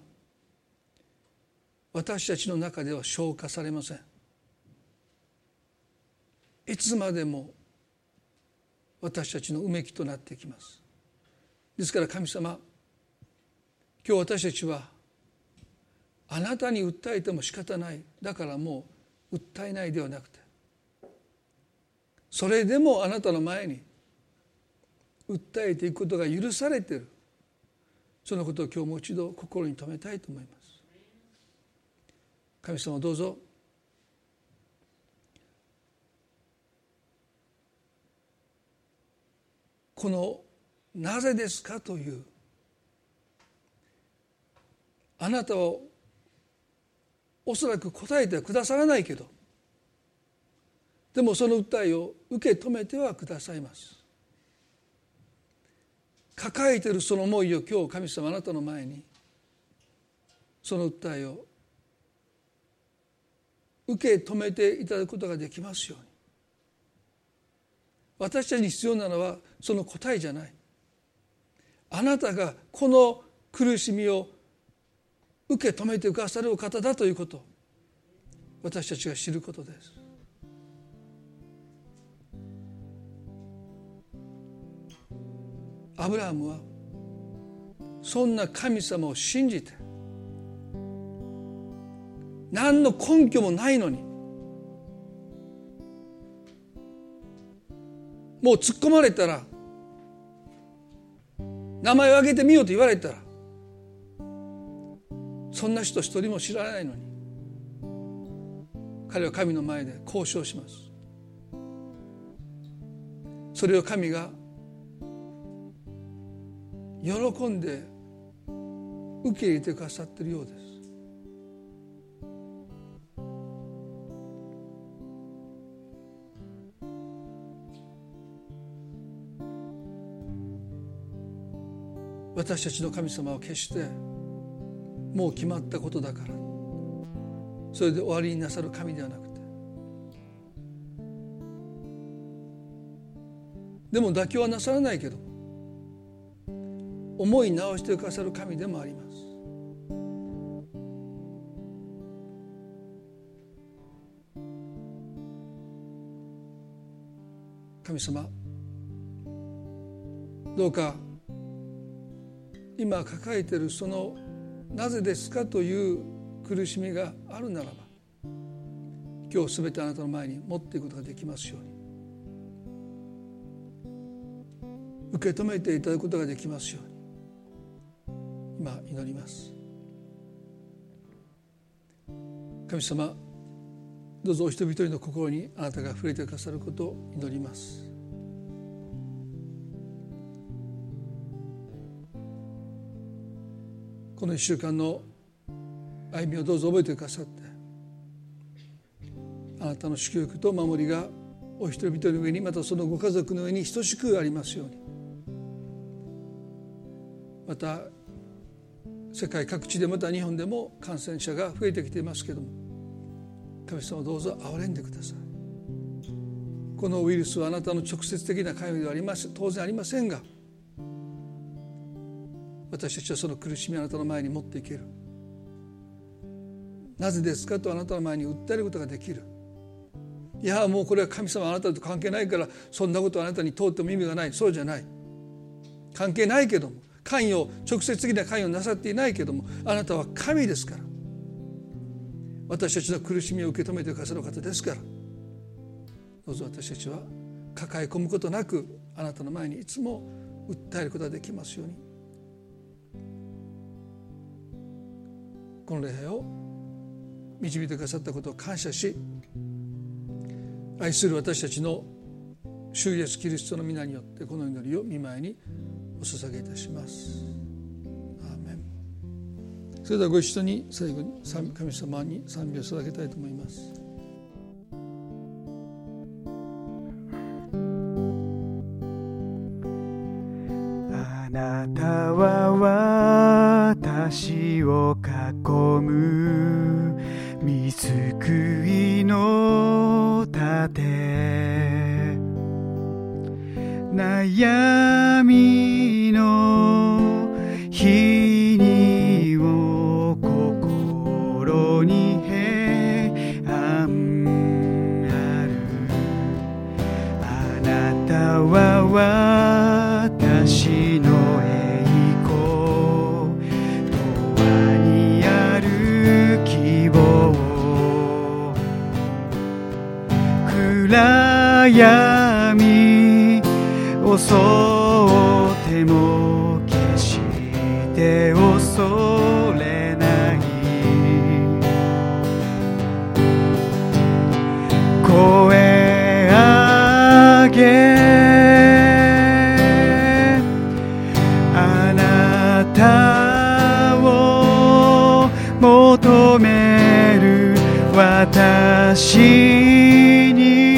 私たちの中では消化されません。いつまでも私たちのうめきとなっていきます。ですから神様、今日私たちはあなたに訴えても仕方ない、だからもう訴えないではなくて、それでもあなたの前に訴えていくことが許されている、そのことを今日もう一度心に留めたいと思います。神様どうぞこのなぜですかというあなたはおそらく答えてはくださらないけど、でもその訴えを受け止めてはくださいます。抱えているその思いを今日神様あなたの前にその訴えを受け止めていただくことができますように。私たちに必要なのはその答えじゃない、あなたがこの苦しみを受け止めてくださるお方だということを私たちが知ることです。アブラハムはそんな神様を信じて何の根拠もないのにもう突っ込まれたら名前を挙げてみようと言われたらそんな人一人も知らないのに彼は神の前で交渉します。それを神が喜んで受け入れてくださっているようです。私たちの神様は決してもう決まったことだからそれで終わりになさる神ではなくて、でも妥協はなさらないけど思い直してくださる神でもあります。神様どうか今抱えているそのなぜですかという苦しみがあるならば今日すべてあなたの前に持っていくことができますように、受け止めていただくことができますように今祈ります。神様どうぞお一人一人の心にあなたが触れてくださることを祈ります。この一週間の歩みをどうぞ覚えてくださって、あなたの祝福と守りがお一人一人の上にまたそのご家族の上に等しくありますように。また世界各地でまた日本でも感染者が増えてきていますけれども、神様どうぞ憐れんでください。このウイルスはあなたの直接的な関与ではあります当然ありませんが、私たちはその苦しみをあなたの前に持っていける。なぜですかとあなたの前に訴えることができる。いやもうこれは神様あなたと関係ないからそんなことあなたに通っても意味がない。そうじゃない。関係ないけども、関与直接的な関与なさっていないけども、あなたは神ですから、私たちの苦しみを受け止めてくださる方ですから、どうぞ私たちは抱え込むことなくあなたの前にいつも訴えることができますように。この礼拝を導いてくださったことを感謝し、愛する私たちの主イエスキリストの皆によってこの祈りを御前にお捧げいたします。アーメン。それではご一緒に最後に神様に賛美を捧げたいと思います。 あなたは私を囲む御救いの盾、悩みの日にも心に平安ある。あなたは私の栄光、永遠にある希望、暗闇襲っても決して恐れない。声上げあなたを求める私に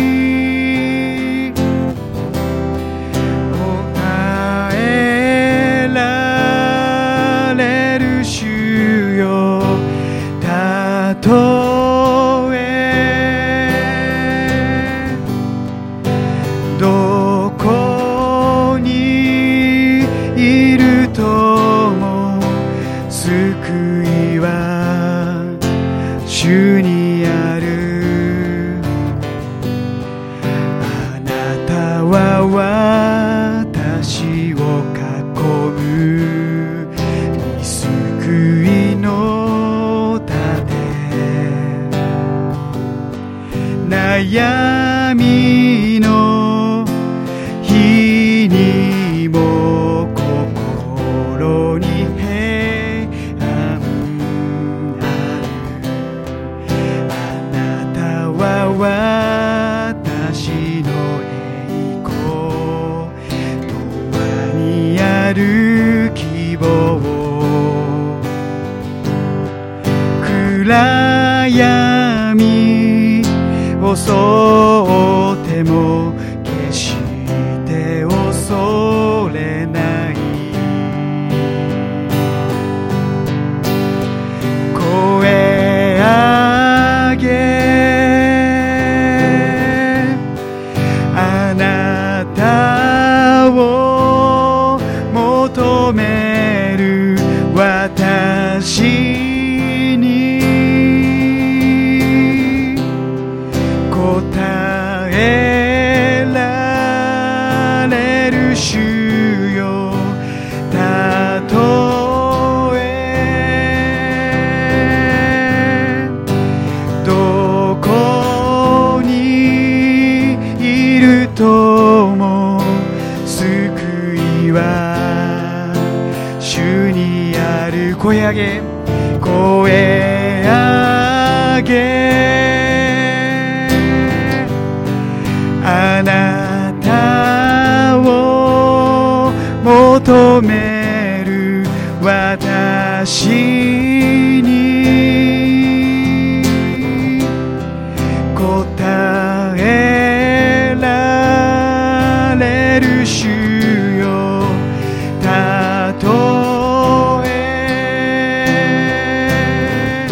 たとえどこにいるとも救いは主にある。あなたは私を囲む御救いの盾、悩みの日にも心に平安ある。あなたは私の栄光、永遠にある希望、暗闇襲っても決して恐れない。声上げあなたを求める私に答えられる主よ。たとえどこにいるとも救いは主にある。声上げ声上げあなたを求める私に答えられる主よ。たとえ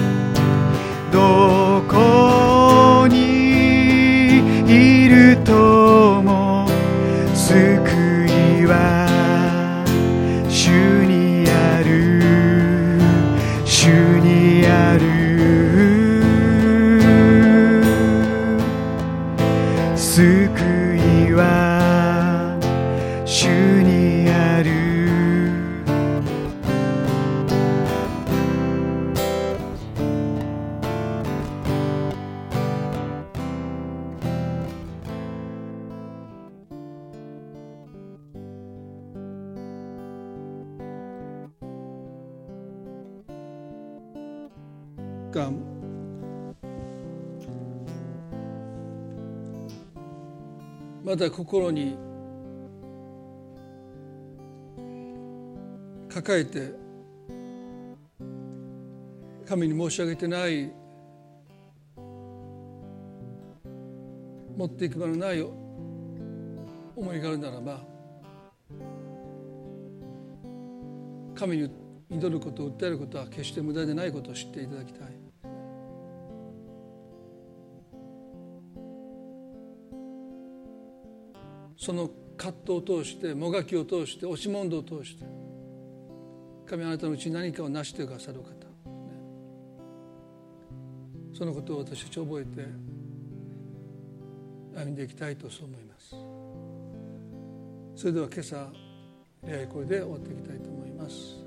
どこにいるとも救いは主にある、主にある。救いは主にある。 がまだ心に抱えて神に申し上げてない持っていく場のない思いがあるならば神に祈ること訴えることは決して無駄でないことを知っていただきたい。その葛藤を通して、もがきを通して、押し問答を通して、神はあなたのうちに何かを成してくださる方、そのことを私たち覚えて歩んでいきたいとそう思います。それでは今朝、礼拝これで終わっていきたいと思います。